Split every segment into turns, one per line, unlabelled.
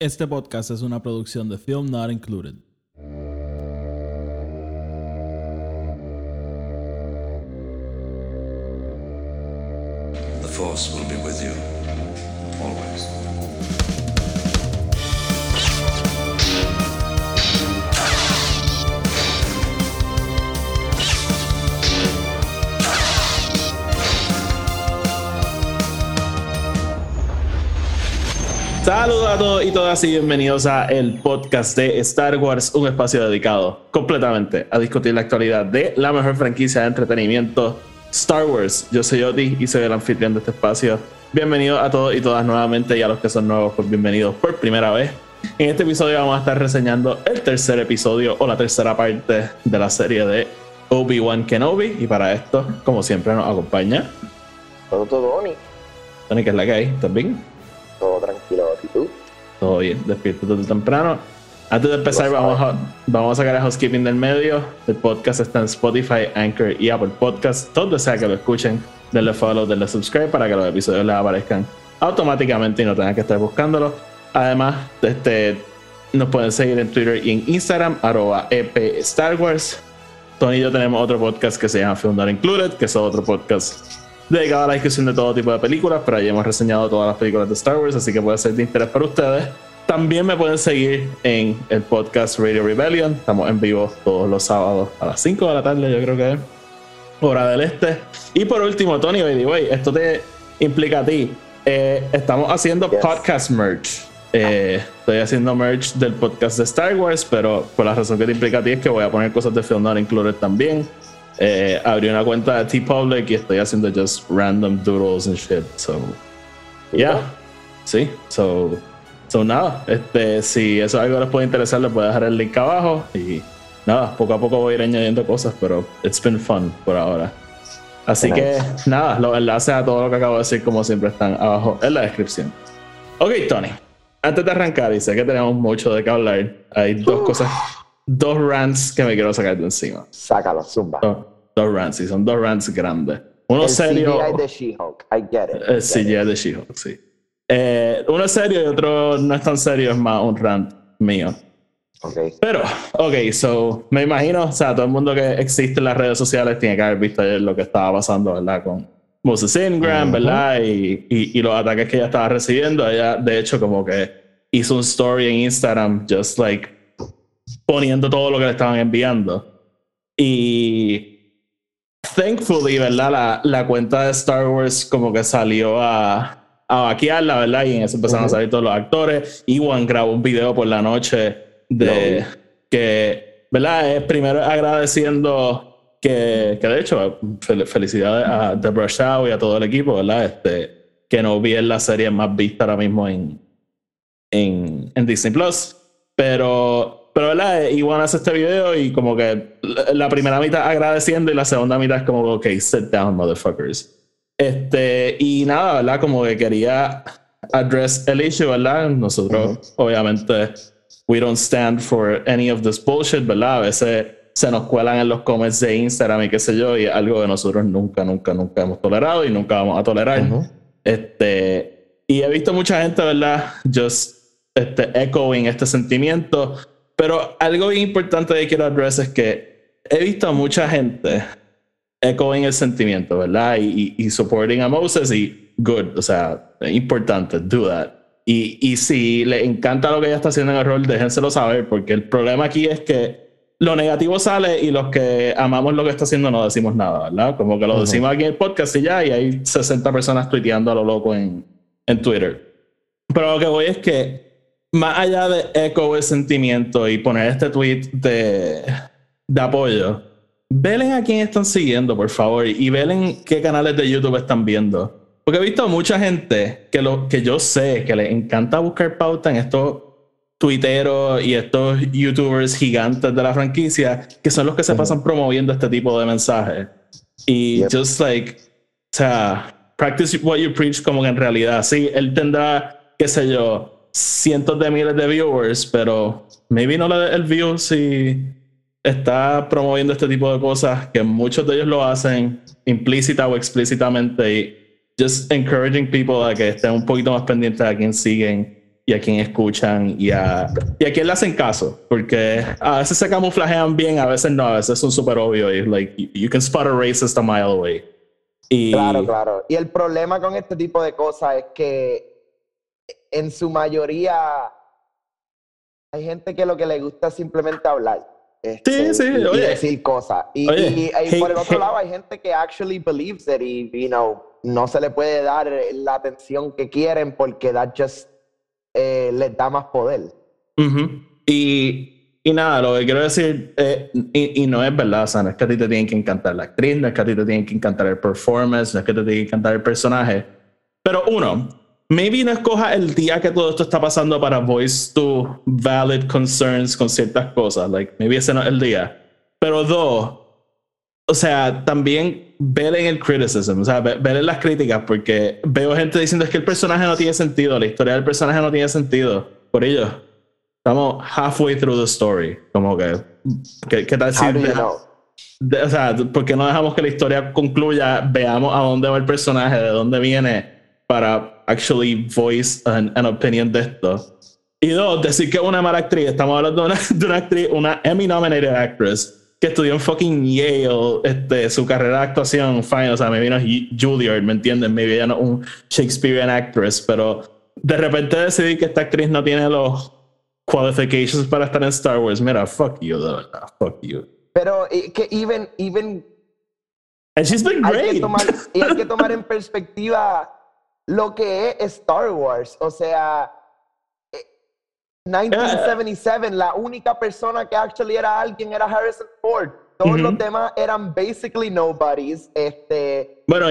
Este podcast es una producción de Film Not Included.
The Force will be with you, always.
Saludos a todos y todas y bienvenidos a el podcast de Star Wars, un espacio dedicado completamente a discutir la actualidad de la mejor franquicia de entretenimiento, Star Wars. Yo soy Oti y soy el anfitrión de este espacio. Bienvenidos a todos y todas nuevamente, y a los que son nuevos, pues bienvenidos por primera vez. En este episodio vamos a estar reseñando el tercer episodio o la tercera parte de la serie de Obi-Wan Kenobi, y para esto, como siempre, nos acompaña
Todo, Tony.
Tony, que es la que hay. ¿Estás bien?
Todo tranquilo, ¿y tú?
Todo bien, despierto todo temprano. Antes de empezar, vamos a sacar el housekeeping del medio. El podcast está en Spotify, Anchor y Apple Podcasts. Donde sea que lo escuchen, denle follow, denle subscribe para que los episodios les aparezcan automáticamente y no tengan que estar buscándolos. Además, nos pueden seguir en Twitter y en Instagram, @EP Star Wars. Tony y yo tenemos otro podcast que se llama Film Not Included, que es otro podcast dedicado a la discusión de todo tipo de películas, pero ahí hemos reseñado todas las películas de Star Wars, así que puede ser de interés para ustedes. También me pueden seguir en el podcast Radio Rebellion. Estamos en vivo todos los sábados a las 5 de la tarde, yo creo que es hora del este. Y por último, Tony, by the way, esto te implica a ti. Estamos haciendo podcast merch. Estoy haciendo merch del podcast de Star Wars, pero por la razón que te implica a ti es que voy a poner cosas de Film Not Included también. Abrí una cuenta de TeePublic y estoy haciendo just random doodles and shit. So, yeah. Sí, so nada. Si eso es algo que les puede interesar, les voy a dejar el link abajo. Y nada, poco a poco voy a ir añadiendo cosas, pero it's been fun por ahora. Así que nada, los enlaces a todo lo que acabo de decir, como siempre, están abajo en la descripción. Ok, Tony, antes de arrancar, y sé que tenemos mucho de qué hablar, hay dos rants que me quiero sacar de encima.
Sácalo, zumba.
Dos rants, y son dos rants grandes. Uno
el
serio.
CGI de She-Hulk, I get it.
El CGI de She-Hulk, sí. Uno es serio y otro no es tan serio, es más un rant mío.
Okay.
Pero, so me imagino, o sea, todo el mundo que existe en las redes sociales tiene que haber visto ayer lo que estaba pasando, ¿verdad? Con Moses Ingram, ¿verdad? Y los ataques que ella estaba recibiendo. Ella, de hecho, como que hizo un story en Instagram, just like poniendo todo lo que le estaban enviando. Y thankfully, ¿verdad? La cuenta de Star Wars como que salió a vaquearla, ¿verdad? Y en eso empezaron a salir todos los actores. Ewan grabó un video por la noche de que, ¿verdad? Primero agradeciendo que de hecho, felicidades a Deborah Chow y a todo el equipo, ¿verdad? Que no vi en la serie más vista ahora mismo en Disney Plus. Pero ¿verdad? Ewan hace este video y como que la primera mitad agradeciendo y la segunda mitad es como, ok, sit down, motherfuckers. Y nada, ¿verdad? Como que quería address el issue, ¿verdad? Nosotros, obviamente, we don't stand for any of this bullshit, ¿verdad? A veces se nos cuelan en los comments de Instagram y qué sé yo, y es algo que nosotros nunca hemos tolerado y nunca vamos a tolerar. Y he visto mucha gente, ¿verdad? Just echoing este sentimiento. Pero algo bien importante que quiero address es que he visto a mucha gente echoing el sentimiento, ¿verdad? Y supporting a Moses, y good, o sea, importante, do that. Y si les encanta lo que ella está haciendo en el rol, déjenselo saber, porque el problema aquí es que lo negativo sale y los que amamos lo que está haciendo no decimos nada, ¿verdad? Como que lo decimos aquí en el podcast y ya, y hay 60 personas tuiteando a lo loco en Twitter. Pero lo que voy es que más allá de eco el sentimiento y poner este tweet de apoyo, velen a quién están siguiendo, por favor, y velen qué canales de YouTube están viendo. Porque he visto mucha gente que yo sé que les encanta buscar pauta en estos tuiteros y estos YouTubers gigantes de la franquicia, que son los que se pasan promoviendo este tipo de mensajes. Y just like, o sea, practice what you preach, como que en realidad, sí, él tendrá, qué sé yo, cientos de miles de viewers, pero maybe no le dé el view si está promoviendo este tipo de cosas, que muchos de ellos lo hacen implícita o explícitamente, y just encouraging people a que estén un poquito más pendientes a quién siguen y a quién escuchan y a quién le hacen caso, porque a veces se camuflajean bien, a veces no, a veces son súper obvios y like you can spot a racist a mile away. Y
Claro. Y el problema con este tipo de cosas es que en su mayoría hay gente que lo que le gusta es simplemente hablar.
Sí,
y
oye.
decir cosas. Y por el otro lado hay gente que actually believes it y, no se le puede dar la atención que quieren porque that just les da más poder.
Uh-huh. Y nada, lo que quiero decir, y no es verdad, o sea, no es que a ti te tienen que encantar la actriz, no es que a ti te tienen que encantar el performance, no es que te tienen que encantar el personaje, pero uno, maybe no escoja el día que todo esto está pasando para voice to valid concerns con ciertas cosas, like, maybe ese no es el día, pero dos, o sea, también ver en el criticism, o sea, ver en las críticas, porque veo gente diciendo es que el personaje no tiene sentido, la historia del personaje no tiene sentido, por ello. Estamos halfway through the story. Como que ¿qué tal si o sea, ¿por qué no dejamos que la historia concluya? Veamos a dónde va el personaje, de dónde viene, para actually voice an opinion de esto. Y dos, decir que es una mala actriz. Estamos hablando de una actriz, una Emmy-nominated actress que estudió en fucking Yale, su carrera de actuación, fine, o sea, me vino Juilliard, ¿me entienden? Maybe ella no es un Shakespearean actress, pero de repente decidí que esta actriz no tiene los qualifications para estar en Star Wars. Mira, fuck you, de verdad, fuck you.
Pero que even
and she's been great.
Hay que tomar en perspectiva lo que es Star Wars. O sea, 1977, la única persona que actually era alguien era Harrison Ford. Todos los demás eran basically nobodies.
Bueno,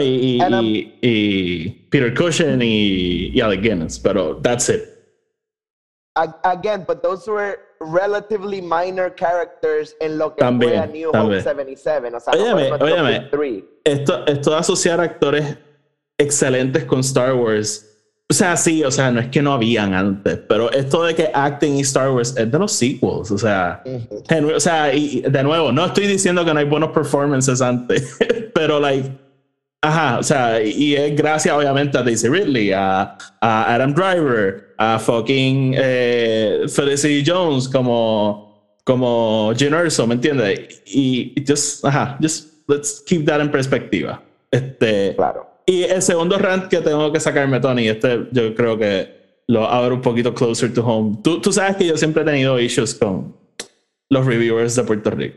y Peter Cushing y Alec Guinness, pero that's it.
Again, but those were relatively minor characters en lo que fue a New Hope 77. O sea,
óyeme, esto de asociar actores excelentes con Star Wars, o sea, sí, o sea, no es que no habían antes, pero esto de que acting y Star Wars es de los sequels, o sea, o sea, y de nuevo, no estoy diciendo que no hay buenos performances antes, pero like, ajá, o sea, y es gracias obviamente a Daisy Ridley, a Adam Driver, a fucking Felicity Jones como Jyn Erso, ¿me entiendes? Y just let's keep that en perspectiva.
Claro.
Y el segundo rant que tengo que sacarme, Tony, yo creo que lo abro un poquito closer to home. Tú sabes que yo siempre he tenido issues con los reviewers de Puerto Rico.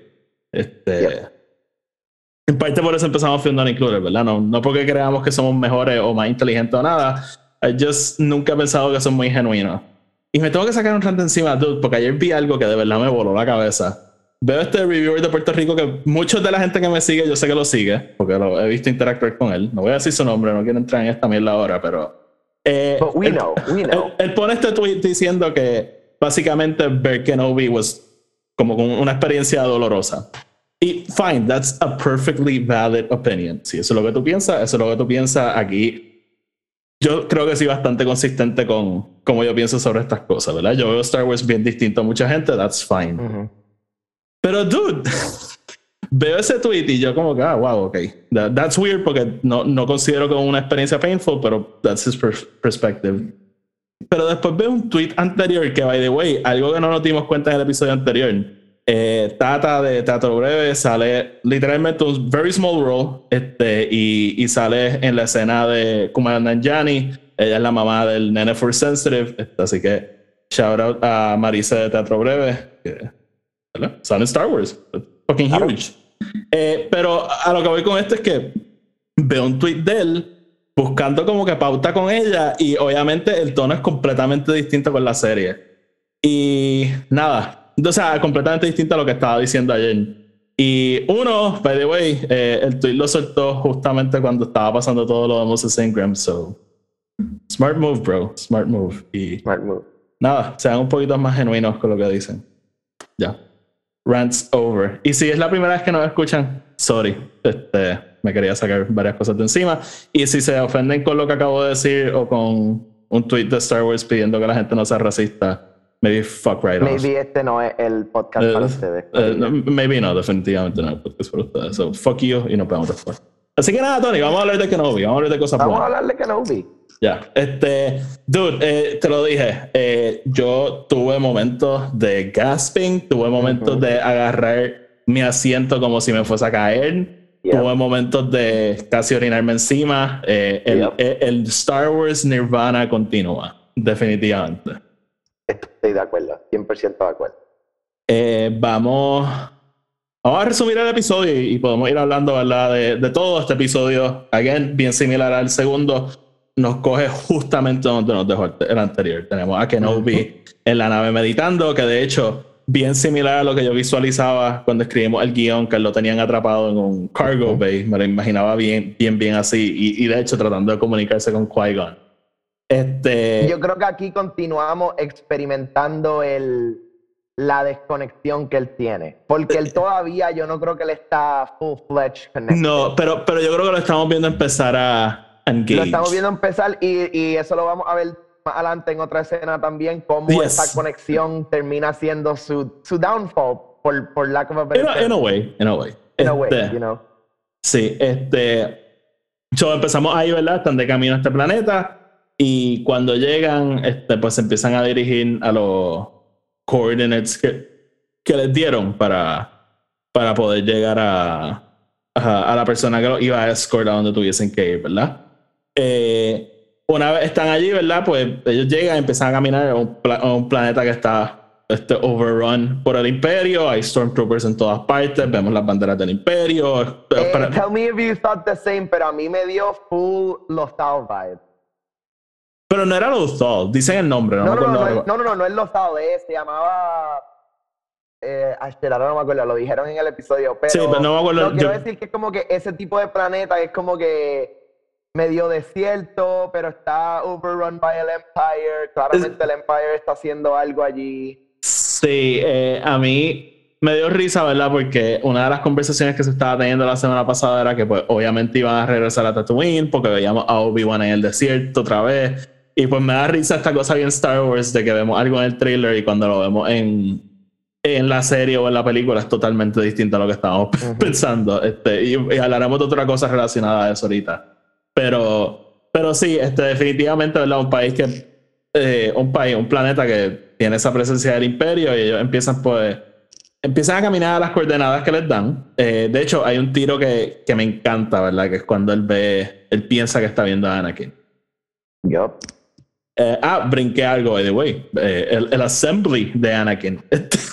En parte por eso empezamos Film Not Included, ¿verdad? No porque creamos que somos mejores o más inteligentes o nada. Nunca he pensado que son muy genuinos. Y me tengo que sacar un rant encima, dude, porque ayer vi algo que de verdad me voló la cabeza. Veo este reviewer de Puerto Rico que muchos de la gente que me sigue, yo sé que lo sigue, porque lo he visto interactuar con él. No voy a decir su nombre, no quiero entrar en esta mierda ahora, pero...
But we know.
Él pone este tweet diciendo que básicamente ver Kenobi was como una experiencia dolorosa. Y fine, that's a perfectly valid opinion. Si eso es lo que tú piensas, eso es lo que tú piensas. Aquí yo creo que soy bastante consistente con cómo yo pienso sobre estas cosas, ¿verdad? Yo veo Star Wars bien distinto a mucha gente, that's fine. Pero dude, veo ese tweet y yo como que, wow, ok. That's weird porque no considero como una experiencia painful, pero that's his perspective. Pero después veo un tweet anterior que, by the way, algo que no nos dimos cuenta en el episodio anterior, Tata de Teatro Breve sale literalmente un very small role y sale en la escena de Kumail Nanjiani. Ella es la mamá del nene Force Sensitive, así que shout out a Marisa de Teatro Breve, que sale en Star Wars, fucking huge. Pero a lo que voy con esto es que veo un tweet de él buscando como que pauta con ella y obviamente el tono es completamente distinto con la serie y nada, o sea, completamente distinto a lo que estaba diciendo ayer. Y uno, by the way, el tweet lo soltó justamente cuando estaba pasando todo lo de Moses Ingram, so smart move, bro, smart move. Y
smart move.
Nada, sean un poquito más genuinos con lo que dicen. Ya. Rants over. Y si es la primera vez que nos escuchan, sorry, me quería sacar varias cosas de encima. Y si se ofenden con lo que acabo de decir o con un tweet de Star Wars pidiendo que la gente no sea racista, maybe fuck right off.
Maybe este no es el podcast para ustedes.
Maybe no, definitivamente no es el podcast para ustedes. So fuck you y nos vemos después. Así que nada, Tony, vamos a hablar de Kenobi, vamos a hablar de cosas buenas.
Vamos a hablar de Kenobi.
Ya. Dude, te lo dije. Yo tuve momentos de gasping, tuve momentos de agarrar mi asiento como si me fuese a caer. Tuve momentos de casi orinarme encima. El Star Wars Nirvana continúa, definitivamente.
Estoy de acuerdo, 100% de acuerdo.
Vamos a resumir el episodio y podemos ir hablando, ¿verdad? De todo este episodio. Again, bien similar al segundo. Nos coge justamente donde nos dejó el anterior. Tenemos a Kenobi en la nave meditando, que de hecho, bien similar a lo que yo visualizaba cuando escribimos el guión, que lo tenían atrapado en un cargo bay. Me lo imaginaba bien así. Y de hecho, tratando de comunicarse con Qui-Gon.
Yo creo que aquí continuamos experimentando la desconexión que él tiene. Porque él todavía, yo no creo que él está full-fledged connected.
No, pero yo creo que lo estamos viendo empezar a engage.
Lo estamos viendo empezar y eso lo vamos a ver más adelante en otra escena también, cómo esa conexión termina siendo su downfall, por lack of a better term.
In a way.
In a way, you know.
Sí, empezamos ahí, ¿verdad? Están de camino a este planeta y cuando llegan, pues empiezan a dirigir a los coordinates que les dieron para poder llegar a la persona que los iba a escort a donde tuviesen que ir, ¿verdad? Una vez están allí, ¿verdad? Pues ellos llegan y empiezan a caminar a un planeta que está overrun por el Imperio. Hay Stormtroopers en todas partes. Vemos las banderas del Imperio.
Tell me if you thought the same, pero a mí me dio full Lothal vibe.
Pero no era Lothal. Dicen el nombre.
No es Lothal. Se llamaba... ahora no me acuerdo, lo dijeron en el episodio, pero...
Sí, pero no me acuerdo.
No, quiero decir que es como que ese tipo de planeta es como que medio desierto, pero está overrun by el Empire. Claramente el Empire está haciendo algo allí.
Sí, a mí me dio risa, ¿verdad? Porque una de las conversaciones que se estaba teniendo la semana pasada era que pues obviamente iban a regresar a Tatooine porque veíamos a Obi-Wan en el desierto otra vez. Y pues me da risa esta cosa bien Star Wars de que vemos algo en el trailer y cuando lo vemos en la serie o en la película es totalmente distinto a lo que estábamos pensando. Y hablaremos de otra cosa relacionada a eso ahorita. Pero sí, definitivamente, ¿verdad? Un país un planeta que tiene esa presencia del Imperio y ellos empiezan a caminar a las coordenadas que les dan. De hecho, hay un tiro que me encanta, ¿verdad? Que es cuando él piensa que está viendo a Anakin.
Yup.
Brinqué algo, by the way. El assembly de Anakin.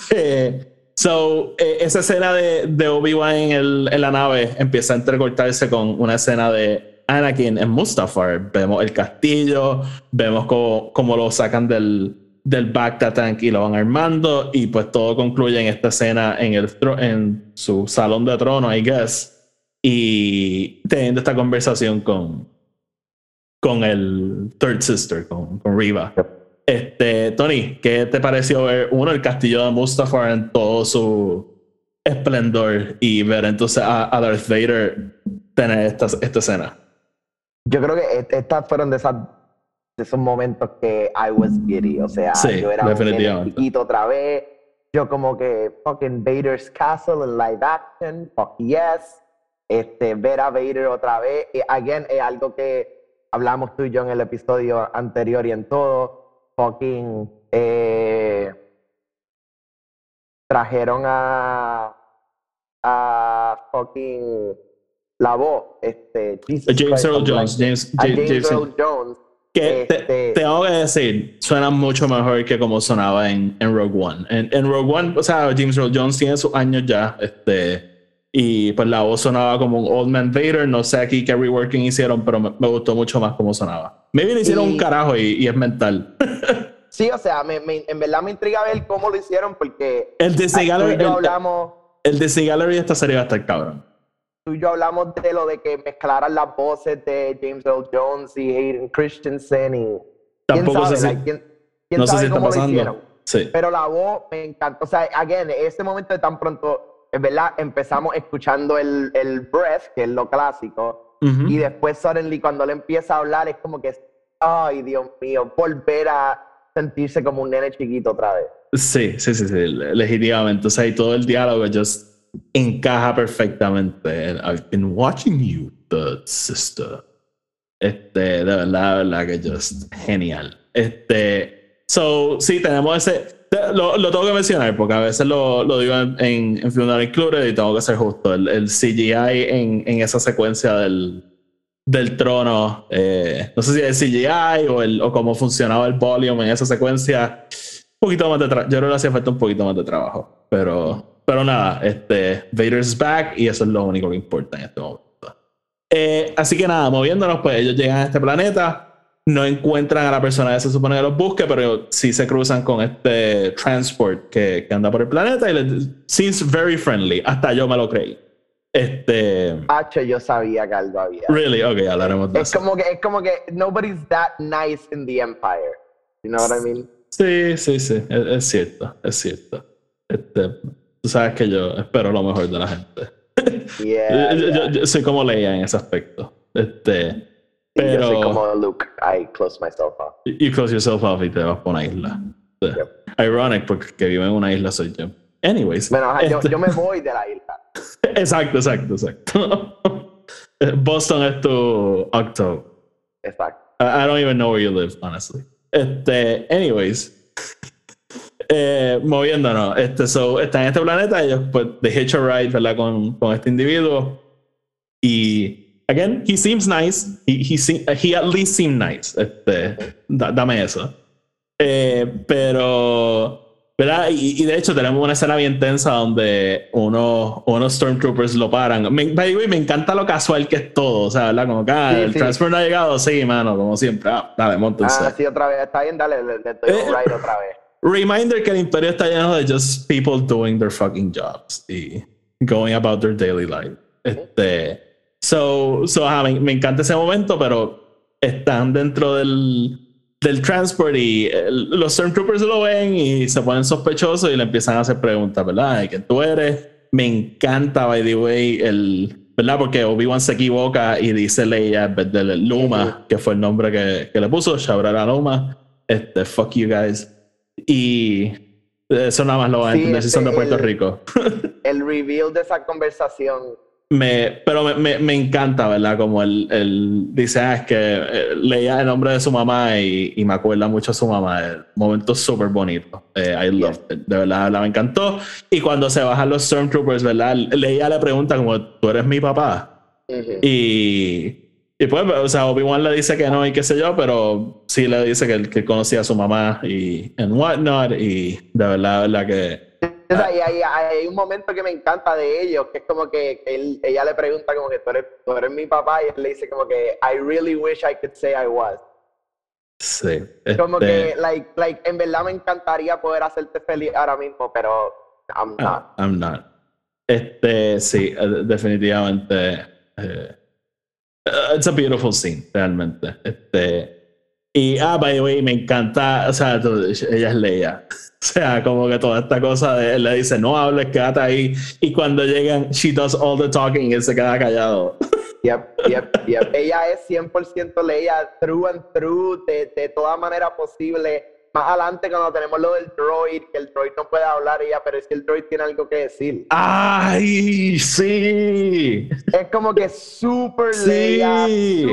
Esa escena de Obi-Wan en la nave empieza a entrecortarse con una escena de Anakin en Mustafar. Vemos el castillo, vemos cómo lo sacan del Bacta Tank y lo van armando, y pues todo concluye en esta escena en su salón de trono, I guess, y teniendo esta conversación con el Third Sister, con Reva. Tony, ¿qué te pareció ver el castillo de Mustafar en todo su esplendor y ver entonces a Darth Vader tener esta escena?
Yo creo que estas fueron de esos momentos que I was giddy, o sea,
sí,
yo era un chiquito otra vez, yo como que fucking Vader's Castle en live action, fuck yes, ver a Vader otra vez, again, es algo que hablamos tú y yo en el episodio anterior y en todo, fucking trajeron a fucking la voz,
James Earl Jones. James
Earl Jones.
Que tengo que decir, suena mucho mejor que como sonaba en Rogue One. En Rogue One, o sea, James Earl Jones tiene sus años ya, y pues la voz sonaba como un Old Man Vader. No sé aquí qué reworking hicieron, pero me gustó mucho más cómo sonaba. Maybe le hicieron un carajo y es mental.
Sí, o sea, en verdad me intriga ver cómo lo hicieron, porque
el Disney Gallery de esta serie va a estar cabrón.
Tú y yo hablamos de lo de que mezclaran las voces de James Earl Jones y Hayden Christensen y
tampoco sé si,
¿quién
no sé
sabe
si
cómo
está
lo hicieron?
Sí.
Pero la voz me encanta. O sea, again, ese momento de tan pronto, es verdad, empezamos escuchando el breath, que es lo clásico, y después suddenly cuando él empieza a hablar es como que, ay, Dios mío, volver a sentirse como un nene chiquito otra vez.
Sí, legítimamente. O sea, y todo el diálogo just encaja perfectamente. I've been watching you, the sister. De verdad que just genial. So, sí, tenemos ese. Lo tengo que mencionar porque a veces lo digo en Film Not Included y tengo que ser justo. El CGI en esa secuencia del trono, no sé si es CGI o cómo funcionaba el volume en esa secuencia. Un poquito más de yo creo que le hacía falta un poquito más de trabajo. Pero nada, Vader's back y eso es lo único que importa en este momento. Así que nada, moviéndonos, pues ellos llegan a este planeta. No encuentran a la persona que se supone que los busque, pero sí se cruzan con este transport que anda por el planeta y seems very friendly. Hasta yo me lo creí.
Yo sabía que algo había.
Really? Ok, hablaremos de eso.
Es como que nobody's that nice in the Empire. You know what I mean?
Sí. Es cierto. Tú sabes que yo espero lo mejor de la gente.
Yeah.
Yo soy como Leia en ese aspecto. Pero
yo soy como Luke, I close myself off.
You close yourself off y te vas por una isla.
Yep.
Ironic, porque que vive en una isla soy yo. Anyways.
Bueno, yo me voy de la isla.
Exacto. Boston es tu Octo.
Exacto.
I don't even know where you live, honestly. Anyways. Moviéndonos. So, están en este planeta, ellos pues they hitch a ride, ¿verdad? Con este individuo. Y again, he seems nice. He at least seemed nice. Dame eso. Pero, ¿verdad? Y de hecho tenemos una escena bien tensa donde unos Stormtroopers lo paran. By the way, me encanta lo casual que es todo. O sea, ¿verdad? Como que el transfer no ha llegado. Sí, mano, como siempre. Dale, montense.
Sí, otra vez. Está bien, dale, le doy un ride otra vez.
Reminder que el Imperio está lleno de just people doing their fucking jobs y going about their daily life. So me encanta ese momento, pero están dentro del transport y los Stormtroopers lo ven y se ponen sospechosos y le empiezan a hacer preguntas, ¿verdad? ¿De quién tú eres? Me encanta, by the way, ¿verdad? Porque Obi-Wan se equivoca y dice Leia en vez de Luma, que fue el nombre que le puso, Shabrara Luma. Fuck you guys. Y eso nada más lo van a entender si son de Puerto Rico.
El reveal de esa conversación.
Pero me encanta, ¿verdad? Como él dice, es que leía el nombre de su mamá y me acuerda mucho a su mamá. El momento súper bonito. I loved it. De verdad, me encantó. Y cuando se bajan los Stormtroopers, ¿verdad? Leia le pregunta como, ¿tú eres mi papá? Uh-huh. Y pues, o sea, Obi-Wan le dice que no y qué sé yo, pero sí le dice que conocía a su mamá y en whatnot. Y de verdad que...
O sea, hay un momento que me encanta de ellos, que es como que ella le pregunta como que tú eres mi papá, y él le dice como que I really wish I could say I was.
Sí.
Como que, like, en verdad me encantaría poder hacerte feliz ahora mismo, pero I'm not.
I'm not. Sí, definitivamente. It's a beautiful scene, realmente. Y, by the way, me encanta, o sea, ella es Leia. O sea, como que toda esta cosa de él le dice, no hables, quédate ahí. Y cuando llegan, she does all the talking y él se queda callado.
Yep. Ella es 100% Leia, true and true, de toda manera posible. Más adelante, cuando tenemos lo del droid, que el droid no puede hablar, ella, pero es que el droid tiene algo que decir.
¡Ay, sí!
Es como que super Leia,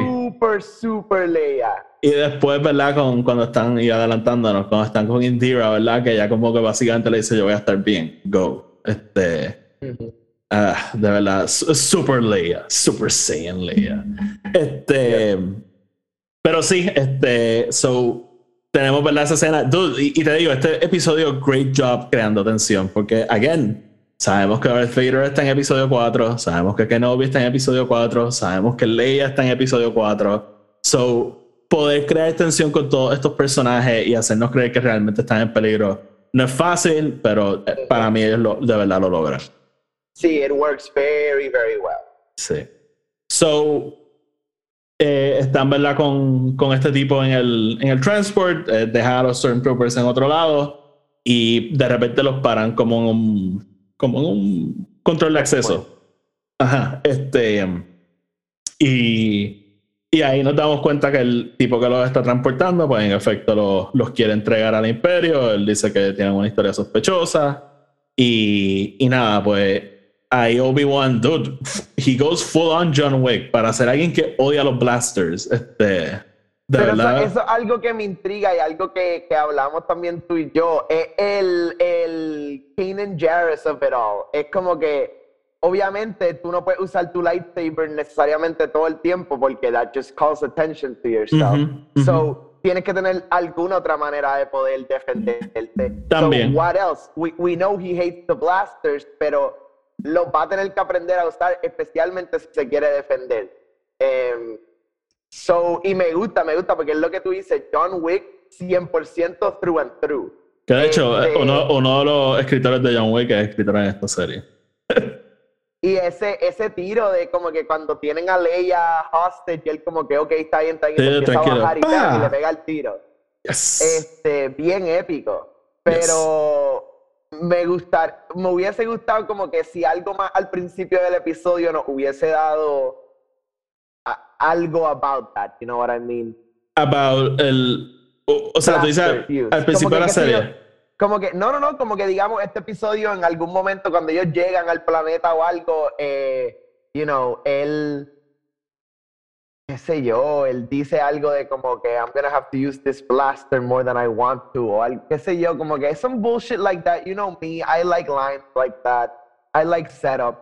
super Leia.
Y después, ¿verdad? Cuando están, y adelantándonos, cuando están con Indira, ¿verdad? Que ella como que básicamente le dice, yo voy a estar bien, go. De verdad, super Leia, Super Saiyan Leia. Pero sí, so... Tenemos, ¿verdad? Esa escena. Dude, y te digo, este episodio, great job creando tensión. Porque, again, sabemos que Darth Vader está en episodio 4. Sabemos que Kenobi está en episodio 4. Sabemos que Leia está en episodio 4. So, poder crear tensión con todos estos personajes y hacernos creer que realmente están en peligro no es fácil, pero para mí ellos de verdad lo logran.
Sí, it works very, very well.
Sí. So... están, ¿verdad? Con este tipo en el transport, dejan a los Stormtroopers en otro lado y de repente los paran como en un control de acceso. Ajá. Y ahí nos damos cuenta que el tipo que los está transportando, pues en efecto los quiere entregar al Imperio. Él dice que tienen una historia sospechosa y nada, pues ahí Obi-Wan, dude, he goes full on John Wick para ser alguien que odia los blasters. De
pero
verdad.
Eso es algo que me intriga y algo que hablamos también tú y yo. Es el Kanan Jarrus of it all. Es como que, obviamente, tú no puedes usar tu lightsaber necesariamente todo el tiempo porque that just calls attention to yourself. So, tienes que tener alguna otra manera de poder defenderte.
También.
So, what else? We know he hates the blasters, pero lo va a tener que aprender a usar, especialmente si se quiere defender. Y me gusta porque es lo que tú dices, John Wick 100% through and through.
Que de hecho, uno de los escritores de John Wick es escritor en esta serie.
Y ese tiro de como que cuando tienen a Leia hostage, y él como que, ok, está bien, sí, y empieza a bajar y le pega el tiro.
Yes.
Bien épico. Pero me hubiese gustado como que si algo más al principio del episodio nos hubiese dado algo about that, you know what I mean?
About o sea, tú dices al principio de la serie.
Como que, como que digamos este episodio en algún momento cuando ellos llegan al planeta o algo, you know, él, qué sé yo, él dice algo de como que I'm gonna have to use this blaster more than I want to, o algo, qué sé yo, como que some bullshit like that, you know me, I like lines like that, I like setup.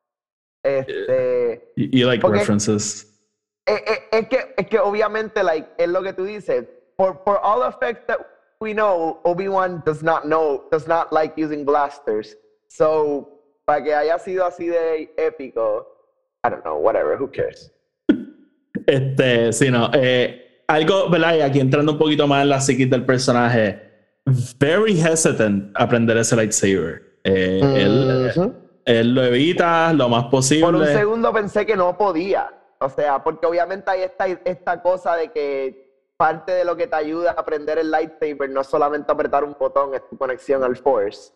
You like references.
Es que obviamente, like, es lo que tú dices. For all effects that we know, Obi-Wan does not like using blasters. So, para que haya sido así de épico, I don't know, whatever, who cares?
Sí, no. Algo, ¿verdad? Y aquí entrando un poquito más en la psiquis del personaje, very hesitant a aprender ese lightsaber. Él lo evita lo más posible.
Por un segundo pensé que no podía. O sea, porque obviamente hay esta cosa de que parte de lo que te ayuda a aprender el lightsaber no es solamente apretar un botón, es tu conexión al Force.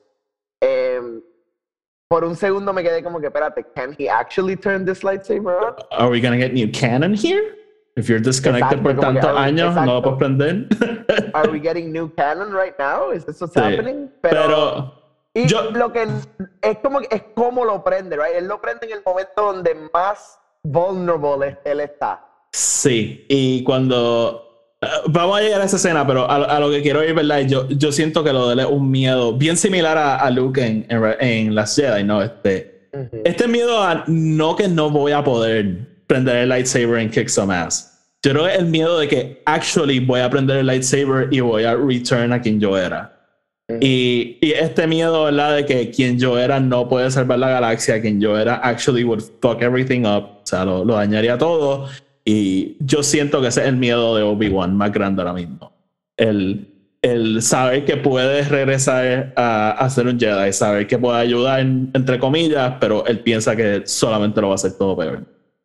Por un segundo me quedé como que, espérate, can he actually turn this lightsaber on?
Are we gonna get new canon here? If you're disconnected por tantos años, no lo puedes prender.
Are we getting new canon right now? Is this what's happening? Pero lo que es como lo prende, right? Él lo prende en el momento donde más vulnerable él está.
Sí, y cuando vamos a llegar a esa escena, pero a lo que quiero ir, ¿verdad? Yo siento que lo de él es un miedo bien similar a Luke en las Jedi, ¿no? Este miedo a que no voy a poder prender el lightsaber en kick some ass. Yo creo que el miedo de que actually voy a prender el lightsaber y voy a return a quien yo era. Y este miedo, ¿verdad? De que quien yo era no puede salvar la galaxia, quien yo era actually would fuck everything up, o sea, lo dañaría todo. Y yo siento que ese es el miedo de Obi-Wan más grande ahora mismo. El saber que puede regresar a ser un Jedi, saber que puede ayudar, entre comillas, pero él piensa que solamente lo va a hacer todo peor.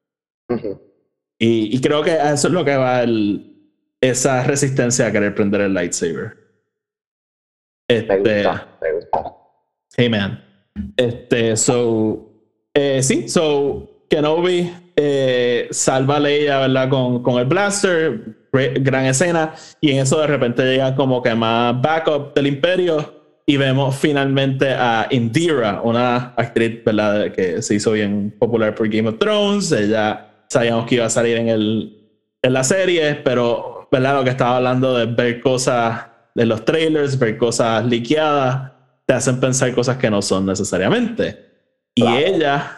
Y creo que eso es lo que va esa resistencia a querer prender el lightsaber. Me gusta. Hey man. So Kenobi salva a Leia, ¿verdad? Con el blaster, gran escena, y en eso de repente llega como que más backup del Imperio y vemos finalmente a Indira, una actriz, ¿verdad? Que se hizo bien popular por Game of Thrones. Ella sabíamos que iba a salir en la serie, pero, ¿verdad? Lo que estaba hablando de ver cosas de los trailers, ver cosas liqueadas, te hacen pensar cosas que no son necesariamente. Y ella,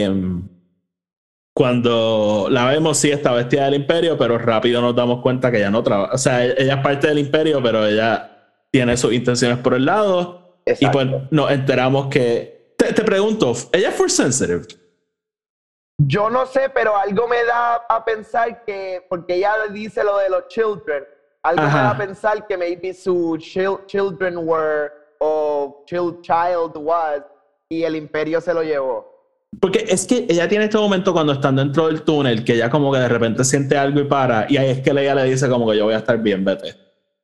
cuando la vemos, sí está vestida del Imperio, pero rápido nos damos cuenta que ella no trabaja. O sea, ella es parte del Imperio, pero ella tiene sus intenciones por el lado. Exacto. Y pues nos enteramos que... Te pregunto, ¿ella es force sensitive?
Yo no sé, pero algo me da a pensar que... Porque ella dice lo de los children... Algo me da a pensar que maybe su children were o child was y el Imperio se lo llevó.
Porque es que ella tiene este momento cuando están dentro del túnel que ella como que de repente siente algo y para, y ahí es que ella le dice como que yo voy a estar bien, vete.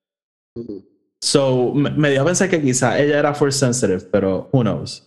So me dio a pensar que quizá ella era force sensitive, pero who knows.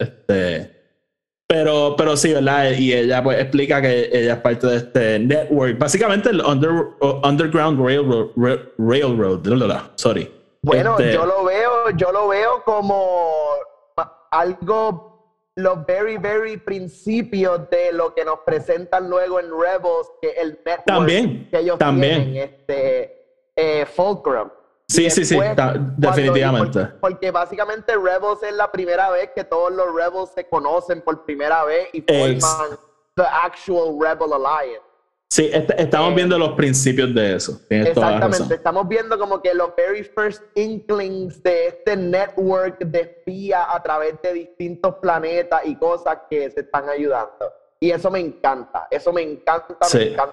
Pero sí, ¿verdad? Y ella pues explica que ella es parte de este network, básicamente el Underground Railroad. Sorry.
Bueno, yo lo veo como algo los very principios de lo que nos presentan luego en Rebels, que el network que ellos tienen, Fulcrum.
Sí, definitivamente.
Porque básicamente Rebels es la primera vez que todos los Rebels se conocen por primera vez y forman the actual Rebel Alliance.
Sí, estamos viendo los principios de eso.
Exactamente, estamos viendo como que los very first inklings de este network de espía a través de distintos planetas y cosas que se están ayudando. Y eso me encanta, me encanta.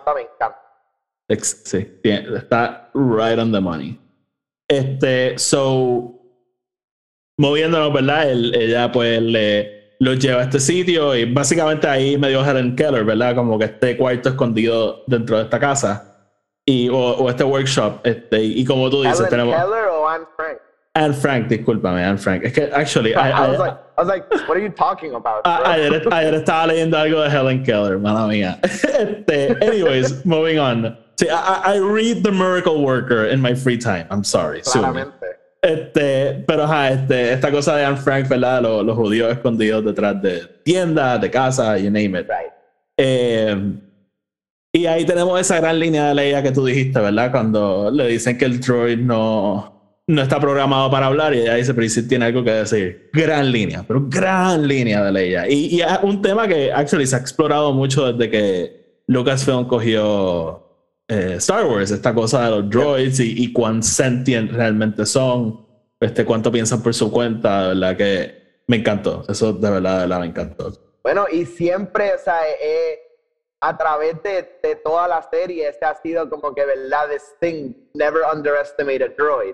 Sí, está right on the money. So, moviéndonos, ¿verdad? Ella pues los lleva a este sitio y básicamente ahí me dio Helen Keller, ¿verdad? Como que este cuarto escondido dentro de esta casa o este workshop. Y como tú dices,
¿Helen Keller o Anne Frank?
Anne Frank, discúlpame, Anne Frank. Es que, actually...
I was like, what are you talking about?
Ayer estaba leyendo algo de Helen Keller, mala mía. Anyways, moving on. See, I read The Miracle Worker in my free time. I'm sorry.
Claramente.
Pero esta cosa de Anne Frank, ¿verdad? Los judíos escondidos detrás de tiendas, de casas, you name it.
Right.
Y ahí tenemos esa gran línea de Leia que tú dijiste, ¿verdad? Cuando le dicen que el droid no está programado para hablar y ella dice, pero sí tiene algo que decir. Gran línea de Leia. Y es un tema que actually se ha explorado mucho desde que Lucasfilm cogió Star Wars, esta cosa de los droids y cuán sentient realmente son, cuánto piensan por su cuenta, de verdad que me encantó. Eso de verdad me encantó.
Bueno, y siempre, o sea, a través de toda la serie, ha sido como que, ¿verdad? This thing, never underestimate a droid.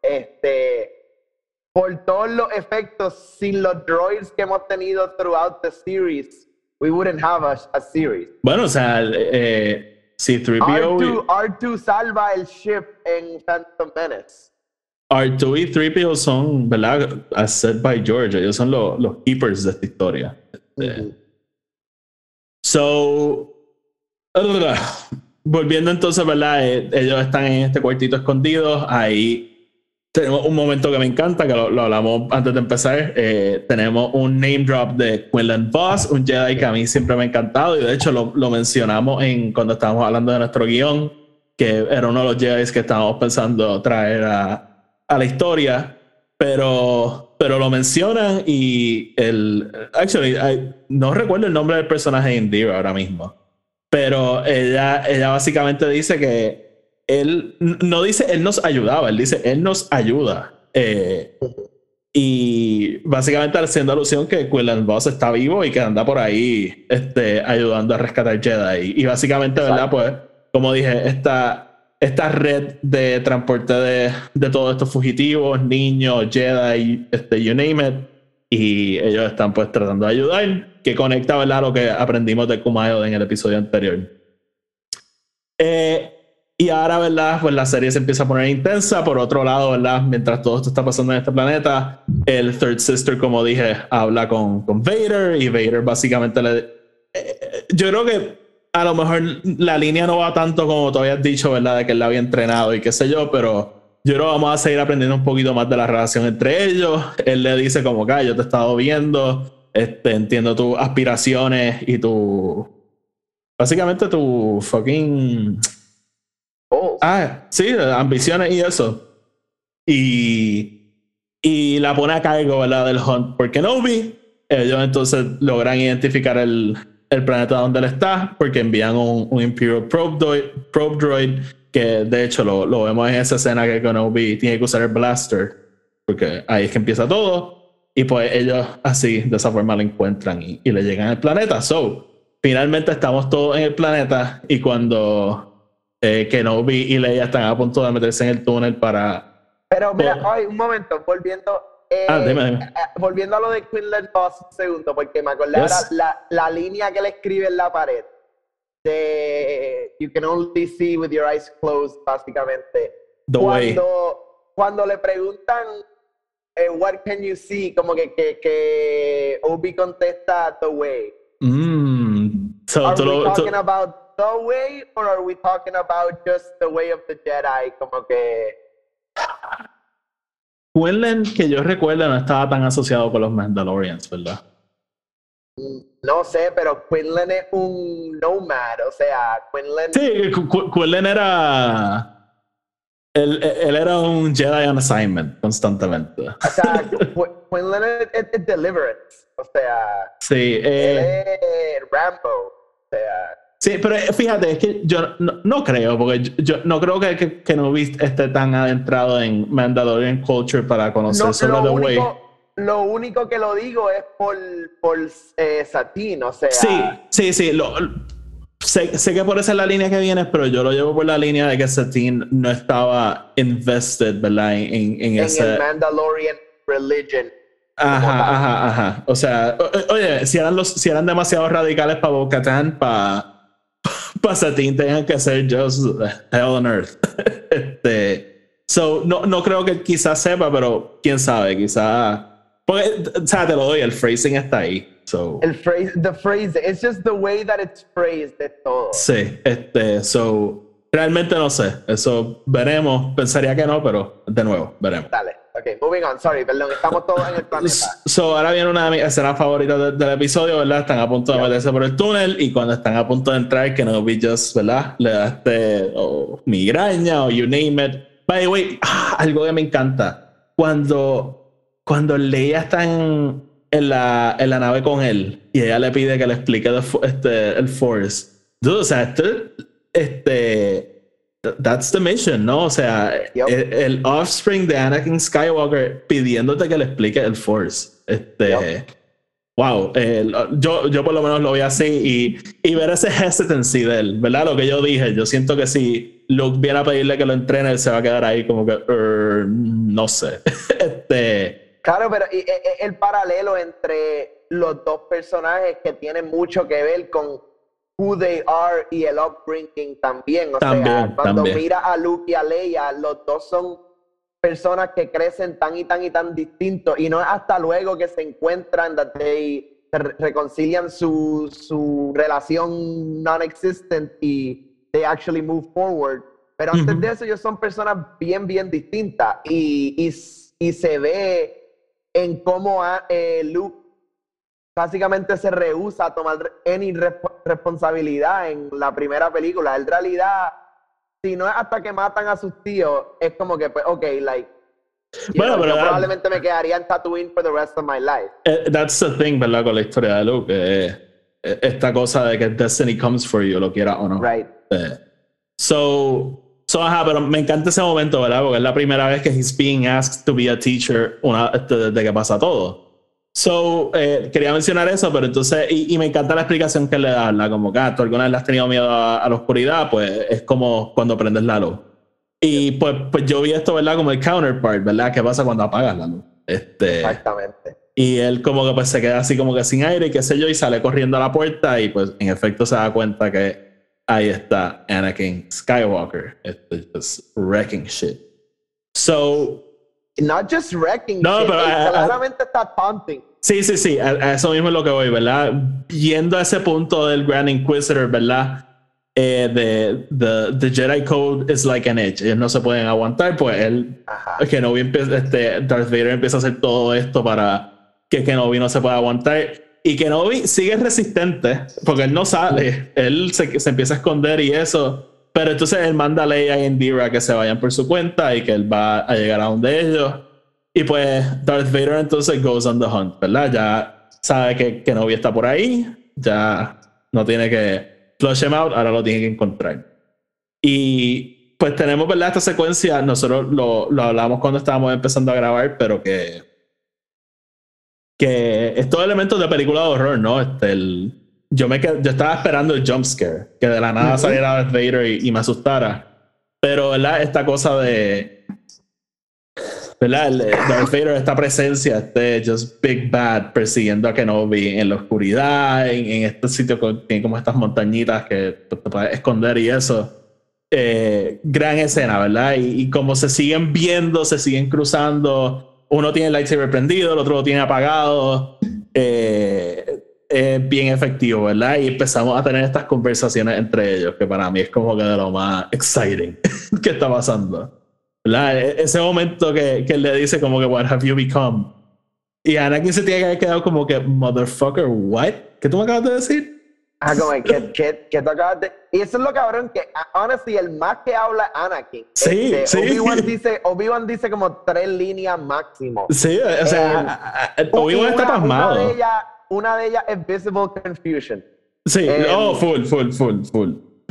Por todos los efectos, sin los droids que hemos tenido throughout the series, we wouldn't have a series.
Bueno, o sea, C-3PO...
R2 salva el ship en Phantom Menace.
R2 y 3PO son, ¿verdad? As said by George, ellos son los keepers de esta historia. So, volviendo entonces, ¿verdad? Ellos están en este cuartito escondidos. Ahí tenemos un momento que me encanta, que lo hablamos antes de empezar. Tenemos un name drop de Quinlan Vos, un Jedi que a mí siempre me ha encantado. Y de hecho lo mencionamos cuando estábamos hablando de nuestro guión, que era uno de los Jedi que estábamos pensando traer a la historia. Pero lo mencionan y no recuerdo el nombre del personaje de Indira ahora mismo. Pero ella básicamente dice que él no dice él nos ayudaba, él dice él nos ayuda. Y básicamente haciendo alusión que Quinlan Vos está vivo y que anda por ahí ayudando a rescatar Jedi. Y básicamente, ¿verdad? Pues, como dije, esta red de transporte de todos estos fugitivos, niños, Jedi, you name it. Y ellos están pues tratando de ayudar, que conecta, ¿verdad?, lo que aprendimos de Kumail en el episodio anterior. Y ahora, ¿verdad?, pues la serie se empieza a poner intensa. Por otro lado, ¿verdad?, mientras todo esto está pasando en este planeta, el Third Sister, como dije, habla con Vader, y Vader básicamente yo creo que a lo mejor la línea no va tanto como tú habías dicho, ¿verdad?, de que él la había entrenado y qué sé yo, pero yo creo que vamos a seguir aprendiendo un poquito más de la relación entre ellos. Él le dice como que yo te he estado viendo, entiendo tus aspiraciones y básicamente tu fucking... sí, ambiciones y eso. Y la pone a cargo, ¿verdad?, del hunt por Kenobi. Ellos entonces logran identificar el planeta donde él está, porque envían un Imperial Probe Droid, que de hecho lo vemos en esa escena que Kenobi tiene que usar el blaster, porque ahí es que empieza todo. Y pues ellos así, de esa forma, lo encuentran y le llegan al planeta. So, finalmente estamos todos en el planeta, y cuando Kenobi y Leia están a punto de meterse en el túnel para...
Pero mira, un momento, volviendo a lo de Quinlan Vos un segundo, porque me acordé la línea que le escribe en la pared de You can only see with your eyes closed, básicamente. Cuando le preguntan what can you see, como que Obi contesta the way.
So,
are we talking about the way, or are we talking about just the way of the Jedi? Como que
Quinlan, que yo recuerdo, no estaba tan asociado con los Mandalorians, ¿verdad?
No sé, pero Quinlan es un nomad, o sea, Quinlan...
Sí, Quinlan era... Él era un Jedi on assignment constantemente.
O sea, Quinlan es Deliverance, o sea...
Sí,
él es Rambo, o sea...
Sí, pero fíjate, es que yo no creo, porque yo no creo que Kenobi esté tan adentrado en Mandalorian culture para conocer sobre The Way.
Lo único que lo digo es por Satine, o sea...
Sí. Sé que por esa es la línea que vienes, pero yo lo llevo por la línea de que Satine no estaba invested, ¿verdad? En ese...
el Mandalorian religion.
Ajá. O sea, oye, si eran demasiado radicales para Bo-Katan, para Satine tengan que ser just hell on earth. So, no creo que quizás sepa, pero quién sabe, quizás... Porque, o sea, te lo doy, el phrasing está ahí. So.
The phrase, it's just the way that it's phrased de todo.
Sí, so, realmente no sé. Eso veremos. Pensaría que no, pero de nuevo, veremos.
Dale. Ok, moving on. Sorry, perdón. Estamos todos en el planeta.
So, ahora viene una de mis escenas favoritas del episodio, ¿verdad? Están a punto de meterse por el túnel y cuando están a punto de entrar, Kenobi just, ¿verdad? Le da migraña o you name it. By the way, algo que me encanta. Cuando Leia está en la nave con él y ella le pide que le explique el Force. Dude, o sea, that's the mission, ¿no? O sea, el offspring de Anakin Skywalker pidiéndote que le explique el Force. Wow, yo por lo menos lo vi así y ver ese hesitancy de él, ¿verdad? Lo que yo dije, yo siento que si Luke viene a pedirle que lo entrene, él se va a quedar ahí como que, no sé.
Claro, pero el paralelo entre los dos personajes que tienen mucho que ver con who they are y el upbringing también. O sea, cuando mira a Luke y a Leia, los dos son personas que crecen tan y tan distintos y no es hasta luego que se encuentran, se reconcilian su relación non-existent y they actually move forward. Pero antes de eso ellos son personas bien distintas y se ve en cómo Luke básicamente se rehúsa a tomar any responsabilidad en la primera película. En realidad, si no es hasta que matan a sus tíos, es como que, pues, ok, like, bueno, pero yo probablemente me quedaría en Tatooine for the rest of my life.
That's the thing, ¿verdad? Con la historia de Luke. Esta cosa de que destiny comes for you, lo quiera o no.
Right.
Pero me encanta ese momento, ¿verdad? Porque es la primera vez que he's being asked to be a teacher desde que pasa todo. Quería mencionar eso, pero entonces, y me encanta la explicación que le da, ¿verdad? Como que tú alguna vez le has tenido miedo a la oscuridad, pues es como cuando prendes la luz. Y pues yo vi esto, ¿verdad? Como el counterpart, ¿verdad? ¿Qué pasa cuando apagas la luz?
Exactamente.
Y él como que pues se queda así como que sin aire y qué sé yo, y sale corriendo a la puerta y pues en efecto se da cuenta que ahí está Anakin Skywalker. Just wrecking shit.
Not just wrecking shit, pero claramente está taunting.
Sí, a eso mismo es lo que voy, ¿verdad? Yendo a ese punto del Grand Inquisitor, ¿verdad? The Jedi Code is like an edge. Ellos no se pueden aguantar, pues Kenobi Darth Vader empieza a hacer todo esto para que Kenobi no se pueda aguantar. Y Kenobi sigue resistente, porque él no sale. Él se empieza a esconder y eso. Pero entonces él manda a Leia y Indira que se vayan por su cuenta y que él va a llegar a donde ellos. Y pues Darth Vader entonces goes on the hunt, ¿verdad? Ya sabe que Kenobi está por ahí. Ya no tiene que flush him out, ahora lo tiene que encontrar. Y pues tenemos, ¿verdad? Esta secuencia, nosotros lo hablamos cuando estábamos empezando a grabar, pero que estos elementos de película de horror, ¿no? Yo estaba esperando el jump scare, que de la nada saliera Darth Vader y me asustara. Pero, ¿verdad? Esta cosa de, ¿verdad? Darth Vader, esta presencia, just big bad persiguiendo a Kenobi en la oscuridad, en este sitio que tiene como estas montañitas que te puedes esconder y eso. Gran escena, ¿verdad? Y como se siguen viendo, se siguen cruzando, uno tiene el lightsaber prendido, el otro lo tiene apagado. Es bien efectivo, ¿verdad? Y empezamos a tener estas conversaciones entre ellos, que para mí es como que de lo más exciting que está pasando, ¿verdad? Ese momento que él le dice como que what have you become, Y Anakin se tiene que haber quedado como que, motherfucker, what? ¿Qué tú me acabas de decir?
Como ¿qué tú acabas de...? Y eso es lo cabrón que, honestly, el más que habla Anakin.
Sí, sí.
Obi-Wan dice como 3 líneas máximo.
Sí, o sea, Obi-Wan está pasmado.
Una de ellas es Visible Confusion.
Sí, full.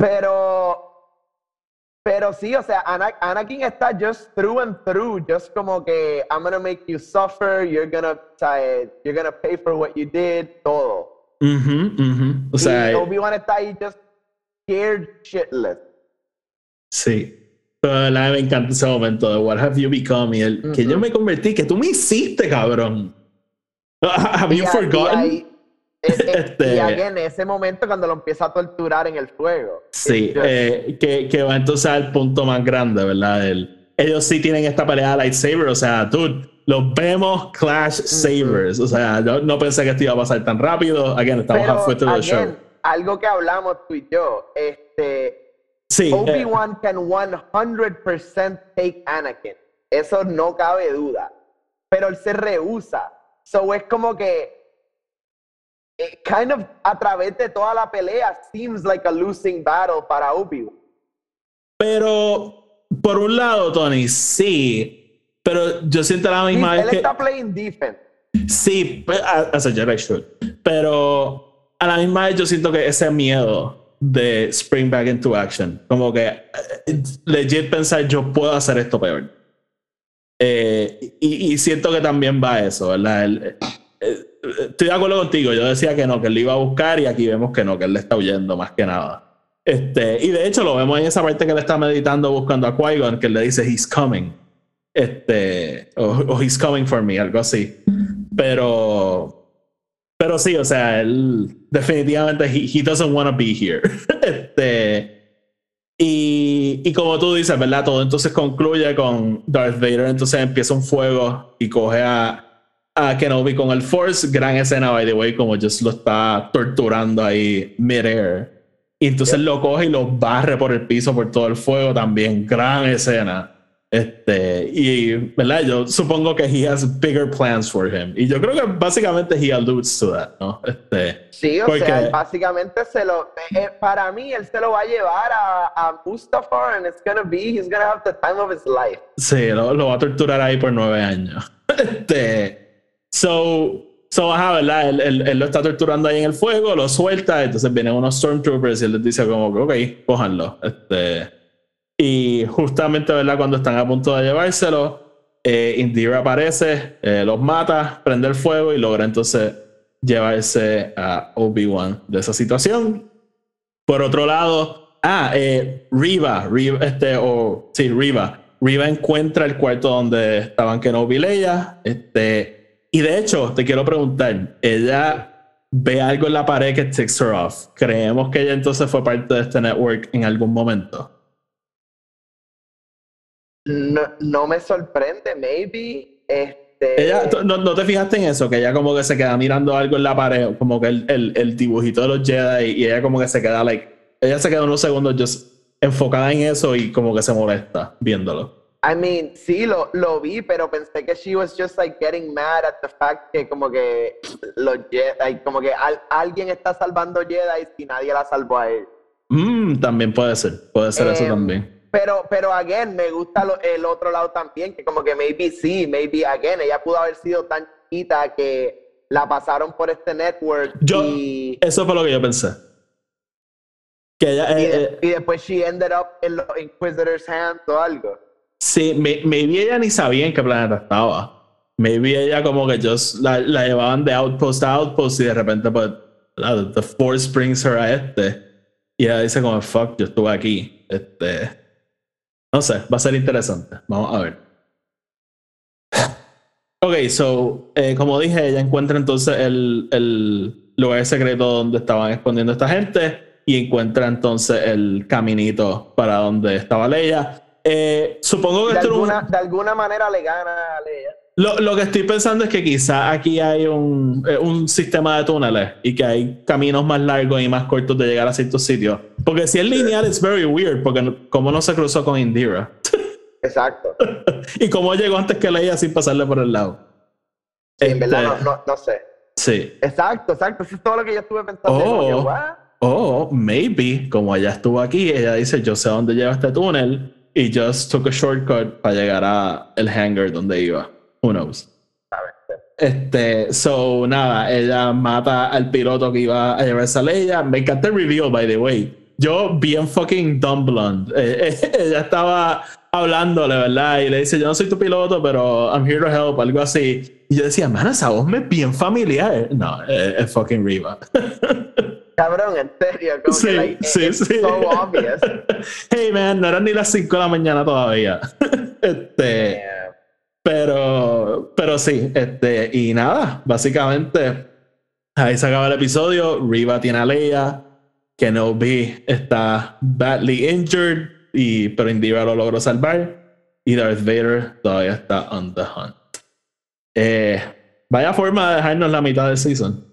Pero sí, o sea, Anakin está just through and through, just como que I'm gonna make you suffer, you're gonna pay for what you did, todo.
O sea,
y Obi-Wan está ahí just scared shitless.
Sí. Pero me encanta ese momento de What have you become? Y el que yo me convertí, que tú me hiciste, cabrón. Have you forgotten?
Y again, ese momento cuando lo empieza a torturar en el fuego.
Sí, que va entonces al punto más grande, ¿verdad? Ellos sí tienen esta pelea de lightsaber, o sea, dude, los vemos clash sabers, o sea, yo no pensé que esto iba a pasar tan rápido. Again, estamos halfway through the show.
Algo que hablamos tú y yo,
sí,
Obi-Wan can 100% take Anakin, eso no cabe duda, pero él se rehúsa, so es como que kind of a través de toda la pelea seems like a losing battle para Obi-Wan.
Pero por un lado, Tony, sí, pero yo siento la misma vez
él
que
está playing defense.
Sí, as a Jedi should, pero a la misma vez yo siento que ese miedo de spring back into action, como que legit pensar yo puedo hacer esto peor, y siento que también va eso, ¿verdad? Estoy de acuerdo contigo, yo decía que no, que él lo iba a buscar y aquí vemos que no, que él le está huyendo más que nada. Y de hecho lo vemos en esa parte que él está meditando buscando a Qui-Gon, que él le dice he's coming, o he's coming for me, algo así. Pero sí, o sea, él definitivamente he doesn't want to be here. Y como tú dices, ¿verdad? Todo entonces concluye con Darth Vader, entonces empieza un fuego y coge a Kenobi con el Force. Gran escena, by the way, como just lo está torturando ahí mid-air. Y entonces lo coge y lo barre por el piso por todo el fuego también. Gran escena. Y, ¿verdad? Yo supongo que he has bigger plans for him. Y yo creo que básicamente he alludes to that, ¿no?
Sí, o sea, básicamente para mí, él se lo va a llevar a Mustafar and he's gonna have the time of his life.
Sí, lo va a torturar ahí por 9 años. Ajá, ¿verdad? Él lo está torturando ahí en el fuego, lo suelta, entonces vienen unos Stormtroopers y él les dice como, ok, cójanlo. Y justamente, ¿verdad? Cuando están a punto de llevárselo, Indira aparece, los mata, prende el fuego y logra entonces llevarse a Obi-Wan de esa situación. Por otro lado, Riva encuentra el cuarto donde estaban Kenobi y Leia. Y de hecho, te quiero preguntar, ella ve algo en la pared que takes her off. ¿Creemos que ella entonces fue parte de este network en algún momento?
No me sorprende, maybe.
Ella, ¿no te fijaste en eso? Que ella como que se queda mirando algo en la pared, como que el dibujito de los Jedi, y ella como que se queda ella se queda unos segundos just enfocada en eso y como que se molesta viéndolo.
I mean, sí, lo vi, pero pensé que she was just like getting mad at the fact que como que los Jedi, como que alguien está salvando Jedi y nadie la salvó a él.
También puede ser eso también.
Pero again, me gusta el otro lado también, que como que maybe again, ella pudo haber sido tan chiquita que la pasaron por este network.
Eso fue lo que yo pensé. Que ella,
y después she ended up en los Inquisitor's hands o algo.
Sí, maybe ella ni sabía en qué planeta estaba. Maybe ella como que just la llevaban de outpost a outpost y de repente pues the Force brings her a y ella dice como fuck, yo estuve aquí. No sé, va a ser interesante. Vamos a ver. Ok, so, como dije, ella encuentra entonces el lugar secreto donde estaban escondiendo esta gente y encuentra entonces el caminito para donde estaba Leia. Supongo que
de alguna manera le gana a Leia.
Lo que estoy pensando es que quizá aquí hay un sistema de túneles y que hay caminos más largos y más cortos de llegar a ciertos sitios. Porque si es lineal, it's very weird, porque como no se cruzó con Indira.
Exacto.
Y cómo llegó antes que Leia sin pasarle por el lado.
Sí, en verdad no sé.
Sí.
Exacto. Eso es todo lo que yo estuve pensando.
Maybe, como ella estuvo aquí, ella dice, yo sé dónde lleva este túnel y just took a shortcut para llegar a el hangar donde iba. Who knows? So, nada, ella mata al piloto que iba a llevarse a Leia. Me encanta el reveal, by the way. Yo, bien fucking dumb blonde. Ella estaba hablándole, ¿verdad? Y le dice, yo no soy tu piloto, pero I'm here to help, algo así. Y yo decía, man, esa voz me es bien familiar. No, es fucking Riva.
Cabrón, en serio. Como
sí,
que, like,
sí.
it's so obvious.
Hey, man, no eran ni las 5 de la mañana todavía. Pero sí, y nada, básicamente ahí se acaba el episodio. Riva tiene a Leia, Kenobi está badly injured, pero Indira lo logró salvar, y Darth Vader todavía está on the hunt. Vaya forma de dejarnos la mitad del season.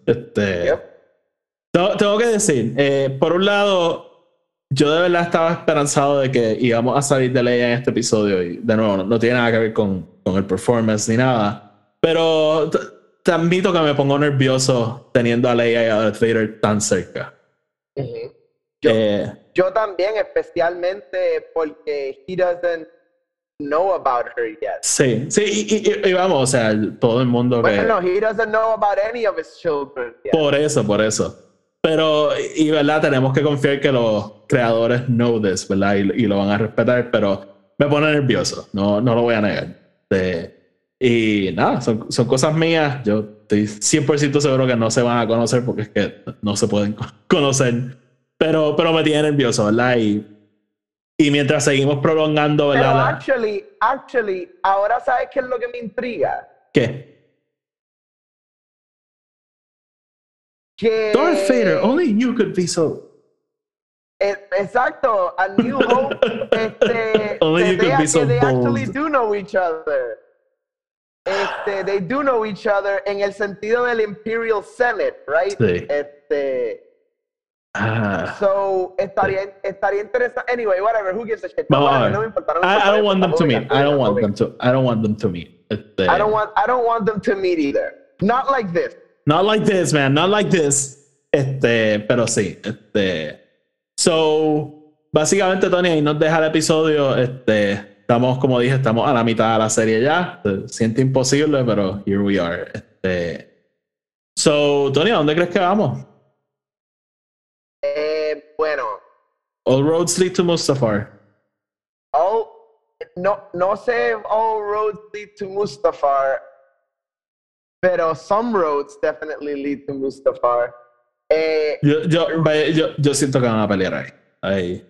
Tengo que decir, por un lado, yo de verdad estaba esperanzado de que íbamos a salir de Leia en este episodio, y de nuevo, no tiene nada que ver con el performance ni nada, pero te admito que me pongo nervioso teniendo a Leia y a Darth Vader tan cerca.
Yo también, especialmente porque he doesn't know about her yet.
Sí, y vamos, o sea, todo el mundo
bueno, he doesn't know about any of his children yet.
Por eso. Pero, y verdad, tenemos que confiar que los creadores know this, ¿verdad? Y lo van a respetar, pero me pone nervioso, no lo voy a negar. Y nada, son cosas mías. Yo estoy 100% seguro que no se van a conocer porque es que no se pueden conocer. Pero me tiene nervioso, ¿verdad? Y mientras seguimos prolongando, ¿verdad?
Pero actually, ahora ¿sabes qué es lo que me intriga?
¿Qué?
Que
Darth Vader, only you could be so...
Exacto, a New Hope
only you could be so
they
bold.
actually do know each other. They do know each other en el sentido del Imperial Senate, right?
Sí.
So estaría interesante. Anyway, whatever. Who gives a shit?
No
me importa.
I don't want them to meet. I don't want them to. I don't want them to meet.
I don't want them to meet either. Not like this.
Not like this, man. Not like this. Pero sí. So, básicamente, Tony, ahí nos deja el episodio. Estamos, como dije, estamos a la mitad de la serie ya. Se siente imposible, pero here we are. So, Tony, ¿a dónde crees que vamos?
Bueno.
All roads lead to Mustafar.
No sé all roads lead to Mustafar, pero some roads definitely lead to Mustafar.
Yo siento que van a pelear ahí.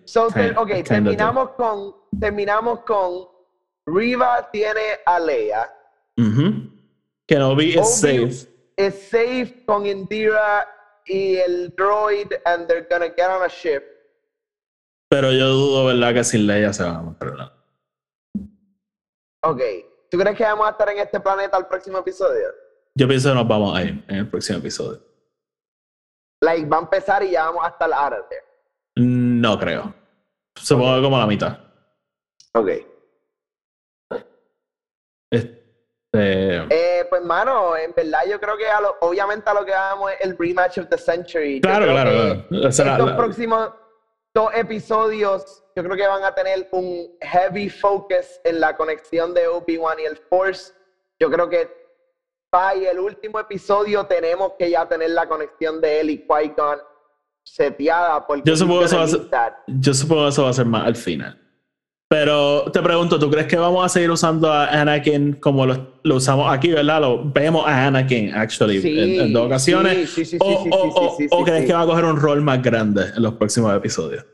Terminamos con Riva tiene a Leia.
Kenobi is safe.
Es safe con Indira y el droid, and they're gonna get on a ship.
Pero yo dudo, ¿verdad?, que sin Leia se van a matar.
Ok. ¿Tú crees que vamos a estar en este planeta el próximo episodio?
Yo pienso que nos vamos a ir en el próximo episodio.
Like, va a empezar y ya vamos a estar out of there.
No creo. Supongo que como a la mitad.
Ok. Pues, mano, en verdad yo creo que obviamente a lo que vamos es el rematch of the century.
Claro.
Estos próximos 2 episodios yo creo que van a tener un heavy focus en la conexión de Obi-Wan y el Force. Yo creo que para el último episodio tenemos que ya tener la conexión de él y Qui-Gon seteada.
Yo supongo que eso va a ser más al final. Pero te pregunto, ¿tú crees que vamos a seguir usando a Anakin como lo usamos aquí, verdad? Vemos a Anakin, actually, en 2 ocasiones.
Sí,
¿O crees que va a coger un rol más grande en los próximos episodios?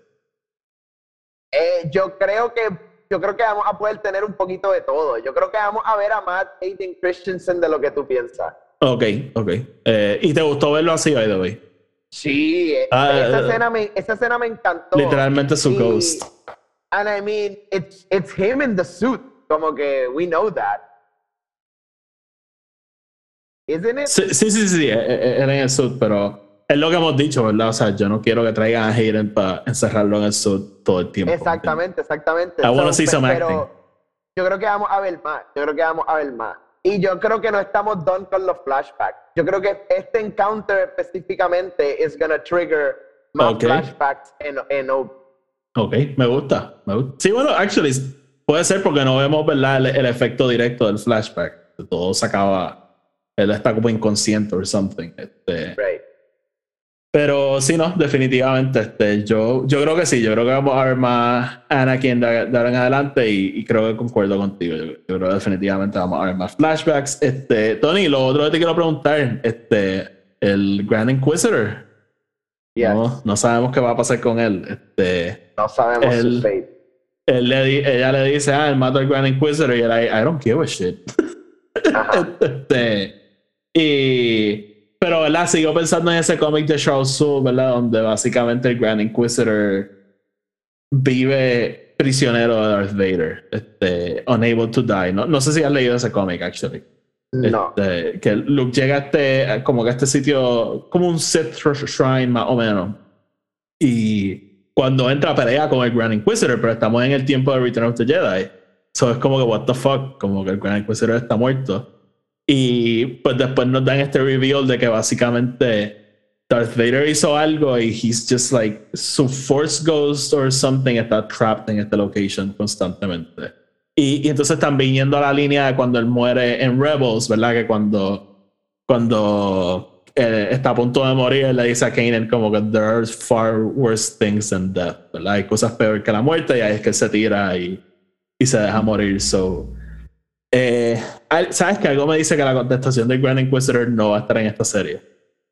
Yo creo que vamos a poder tener un poquito de todo. Yo creo que vamos a ver a Matt Hayden Christensen de lo que tú piensas.
Ok. ¿Y te gustó verlo así, by the way?
Sí, esa escena me encantó.
Literalmente su ghost.
And I mean, it's him in the suit. Como que we know that. Isn't it?
Sí. Era en el suit, pero es lo que hemos dicho, ¿verdad? O sea, yo no quiero que traigan a Hayden para encerrarlo en el suit todo el tiempo.
Exactamente.
I want to see some acting.
Yo creo que vamos a ver más. Y yo creo que no estamos done con los flashbacks. Yo creo que este encounter específicamente is gonna trigger más flashbacks en Obi.
Ok, me gusta. Sí, bueno, actually, puede ser porque no vemos, ¿verdad? El efecto directo del flashback. Todo se acaba, él está como inconsciente or something.
Right.
Pero sí, no, definitivamente. Yo creo que sí, yo creo que vamos a ver más Anakin de ahora en adelante y creo que concuerdo contigo. Yo creo que definitivamente vamos a ver más flashbacks. Tony, lo otro que te quiero preguntar, el Grand Inquisitor.
Yes.
No sabemos qué va a pasar con él.
No sabemos su fate.
Ella le dice, él mató al Grand Inquisitor y él, I don't give a shit. Pero, ¿verdad? Sigo pensando en ese cómic de Charles Soule, ¿verdad? Donde básicamente el Grand Inquisitor vive prisionero de Darth Vader, unable to die. No sé si has leído ese cómic, actually.
No.
Que Luke llega a este sitio, como un Sith Shrine más o menos. Y cuando entra a pelea con el Grand Inquisitor, pero estamos en el tiempo de Return of the Jedi. So es como que, what the fuck, como que el Grand Inquisitor está muerto. Y pues después nos dan este reveal de que básicamente Darth Vader hizo algo y he's just like, su Force Ghost or something está trapped en esta location constantemente. Y entonces están viniendo a la línea de cuando él muere en Rebels, ¿verdad? Que cuando está a punto de morir, él le dice a Kanan como que there are far worse things than death, ¿verdad? Hay cosas peor que la muerte y ahí es que él se tira y se deja morir. So, ¿sabes que algo me dice que la contestación del Grand Inquisitor no va a estar en esta serie?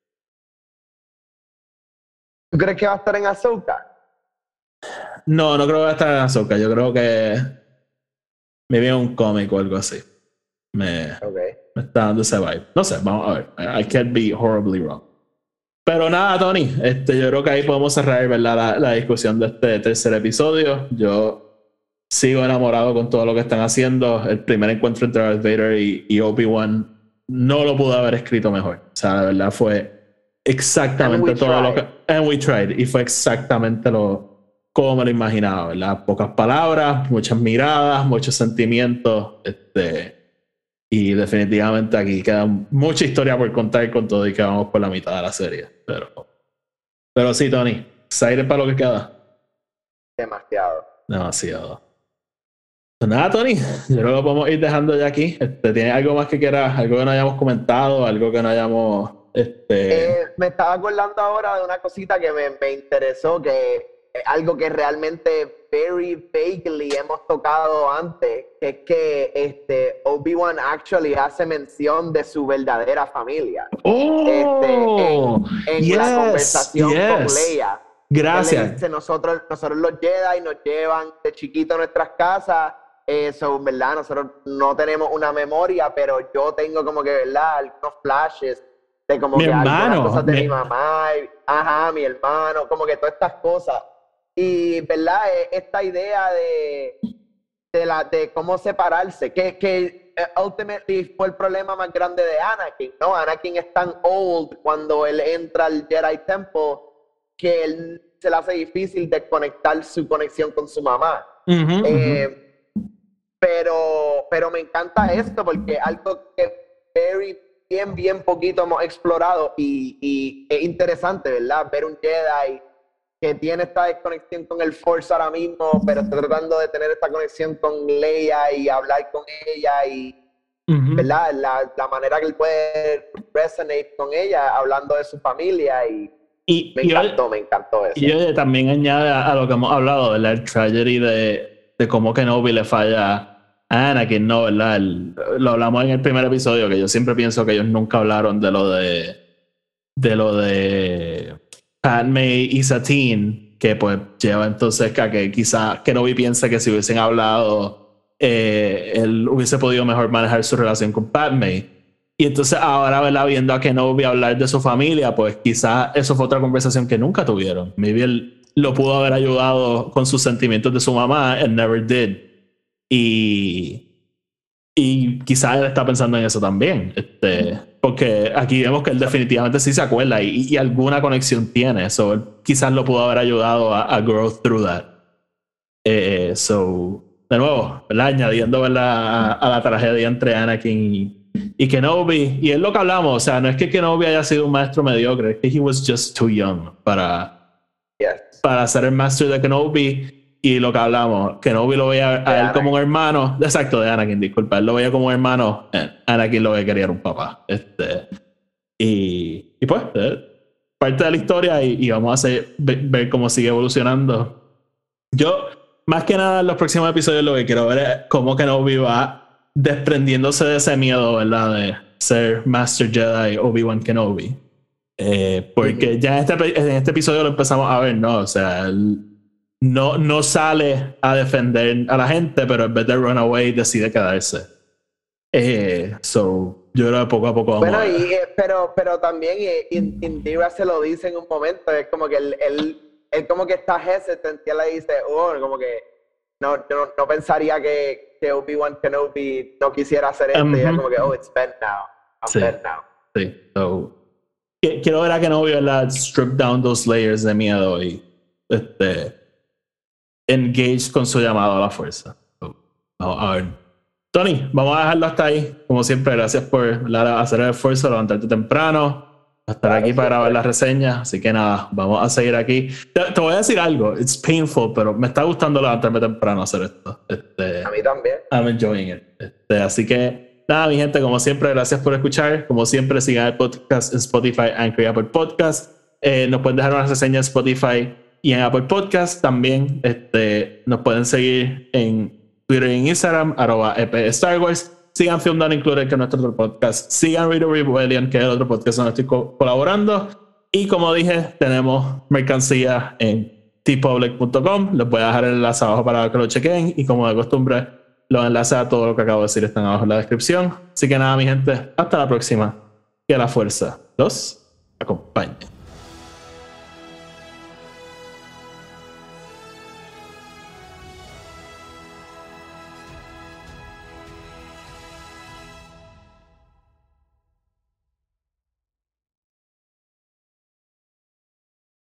¿Tú crees que va a estar en Ahsoka?
No creo que va a estar en Ahsoka. Yo creo que me viene un cómic o algo así. Me está dando ese vibe. No sé, vamos a ver. I can't be horribly wrong. Pero nada, Tony, yo creo que ahí podemos cerrar, ¿verdad? La discusión de este tercer episodio. Yo sigo enamorado con todo lo que están haciendo. El primer encuentro entre Darth Vader y Obi-Wan no lo pudo haber escrito mejor. O sea, la verdad fue exactamente todo lo que... And we tried. Y fue exactamente como me lo imaginaba, ¿verdad? Pocas palabras, muchas miradas, muchos sentimientos. Y definitivamente aquí queda mucha historia por contar con todo y que vamos por la mitad de la serie. Pero sí, Tony, excited para lo que queda. Demasiado. Pues nada, Tony, yo creo que lo podemos ir dejando ya aquí. ¿Tienes algo más que quieras? ¿Algo que no hayamos comentado? ¿Algo que no hayamos...?
Me estaba acordando ahora de una cosita que me interesó, que es algo que realmente very vaguely hemos tocado antes, que es que Obi-Wan actually hace mención de su verdadera familia. En la conversación con Leia.
Gracias.
Dice, nosotros los Jedi nos llevan de chiquito a nuestras casas, ¿verdad? Nosotros no tenemos una memoria, pero yo tengo como que, ¿verdad? Algunos flashes de como que algunas cosas de mi mamá, mi hermano, como que todas estas cosas. Y, ¿verdad? Esta idea de cómo separarse, que ultimately fue el problema más grande de Anakin, ¿no? Anakin es tan old cuando él entra al Jedi Temple que él se le hace difícil desconectar su conexión con su mamá. Pero me encanta esto porque algo que bien poquito hemos explorado y es interesante, ¿verdad? Ver un Jedi que tiene esta desconexión con el Force ahora mismo, pero está tratando de tener esta conexión con Leia y hablar con ella y, ¿verdad? La manera que él puede resonate con ella hablando de su familia y me encantó eso.
Y también añade a lo que hemos hablado, ¿verdad? El tragedy de cómo Kenobi le falla a Anakin, ¿no? ¿Verdad? Lo hablamos en el primer episodio, que yo siempre pienso que ellos nunca hablaron de lo de Padme y Satine, que pues lleva entonces a que quizá Kenobi piensa que si hubiesen hablado él hubiese podido mejor manejar su relación con Padme. Y entonces ahora, ¿verdad? Viendo a Kenobi hablar de su familia, pues quizás eso fue otra conversación que nunca tuvieron. Maybe él lo pudo haber ayudado con sus sentimientos de su mamá, and never did. Y quizás él está pensando en eso también. Porque aquí vemos que él definitivamente sí se acuerda y alguna conexión tiene. So él quizás lo pudo haber ayudado a grow through that. So de nuevo, ¿verdad? Añadiendo, ¿verdad? A la tragedia entre Anakin y Kenobi. Y es lo que hablamos, o sea, no es que Kenobi haya sido un maestro mediocre, es que he was just too young para ser el maestro de Kenobi. Y lo que hablamos, Kenobi lo veía a él como un hermano, exacto, de Anakin, disculpa, él lo veía como un hermano, Anakin lo veía quería era un papá. Y pues, parte de la historia y vamos a ver cómo sigue evolucionando. Yo, más que nada, en los próximos episodios lo que quiero ver es cómo Kenobi va desprendiéndose de ese miedo, ¿verdad? De ser Master Jedi Obi-Wan Kenobi. Porque ya en este episodio lo empezamos a ver, ¿no? O sea, él no sale a defender a la gente, pero en vez de run away decide quedarse. So, yo creo que poco a poco vamos a ver.
Pero también Indira se lo dice en un momento, es como que él como que está hesitant y él le dice, como que no pensaría que Obi-Wan Kenobi no quisiera hacer esto, y es como que, it's bent now, I'm bent now.
Sí, so, quiero ver a Kenobi, ¿verdad? Strip down those layers de miedo y engage con su llamado a la fuerza. So, vamos a ver. Tony, vamos a dejarlo hasta ahí. Como siempre, gracias por hacer el esfuerzo, levantarte temprano, estar aquí para grabar las reseñas. Así que nada, vamos a seguir aquí. Te voy a decir algo, it's painful, pero me está gustando levantarme temprano a hacer esto.
A mí también.
I'm enjoying it. Así que nada, mi gente, como siempre, gracias por escuchar. Como siempre, sigan el podcast en Spotify, Anchor y Apple Podcast. Nos pueden dejar una reseña en Spotify y en Apple Podcast. También nos pueden seguir en Twitter y en Instagram, @EP_Star-Wars. Sigan Film Not Included, que es nuestro otro podcast. Sigan Radio Rebellion, que es el otro podcast donde estoy colaborando. Y como dije, tenemos mercancía en tpublic.com. Les voy a dejar el enlace abajo para que lo chequen. Y como de costumbre, los enlaces a todo lo que acabo de decir están abajo en la descripción. Así que nada, mi gente, hasta la próxima. Que la fuerza los acompañe.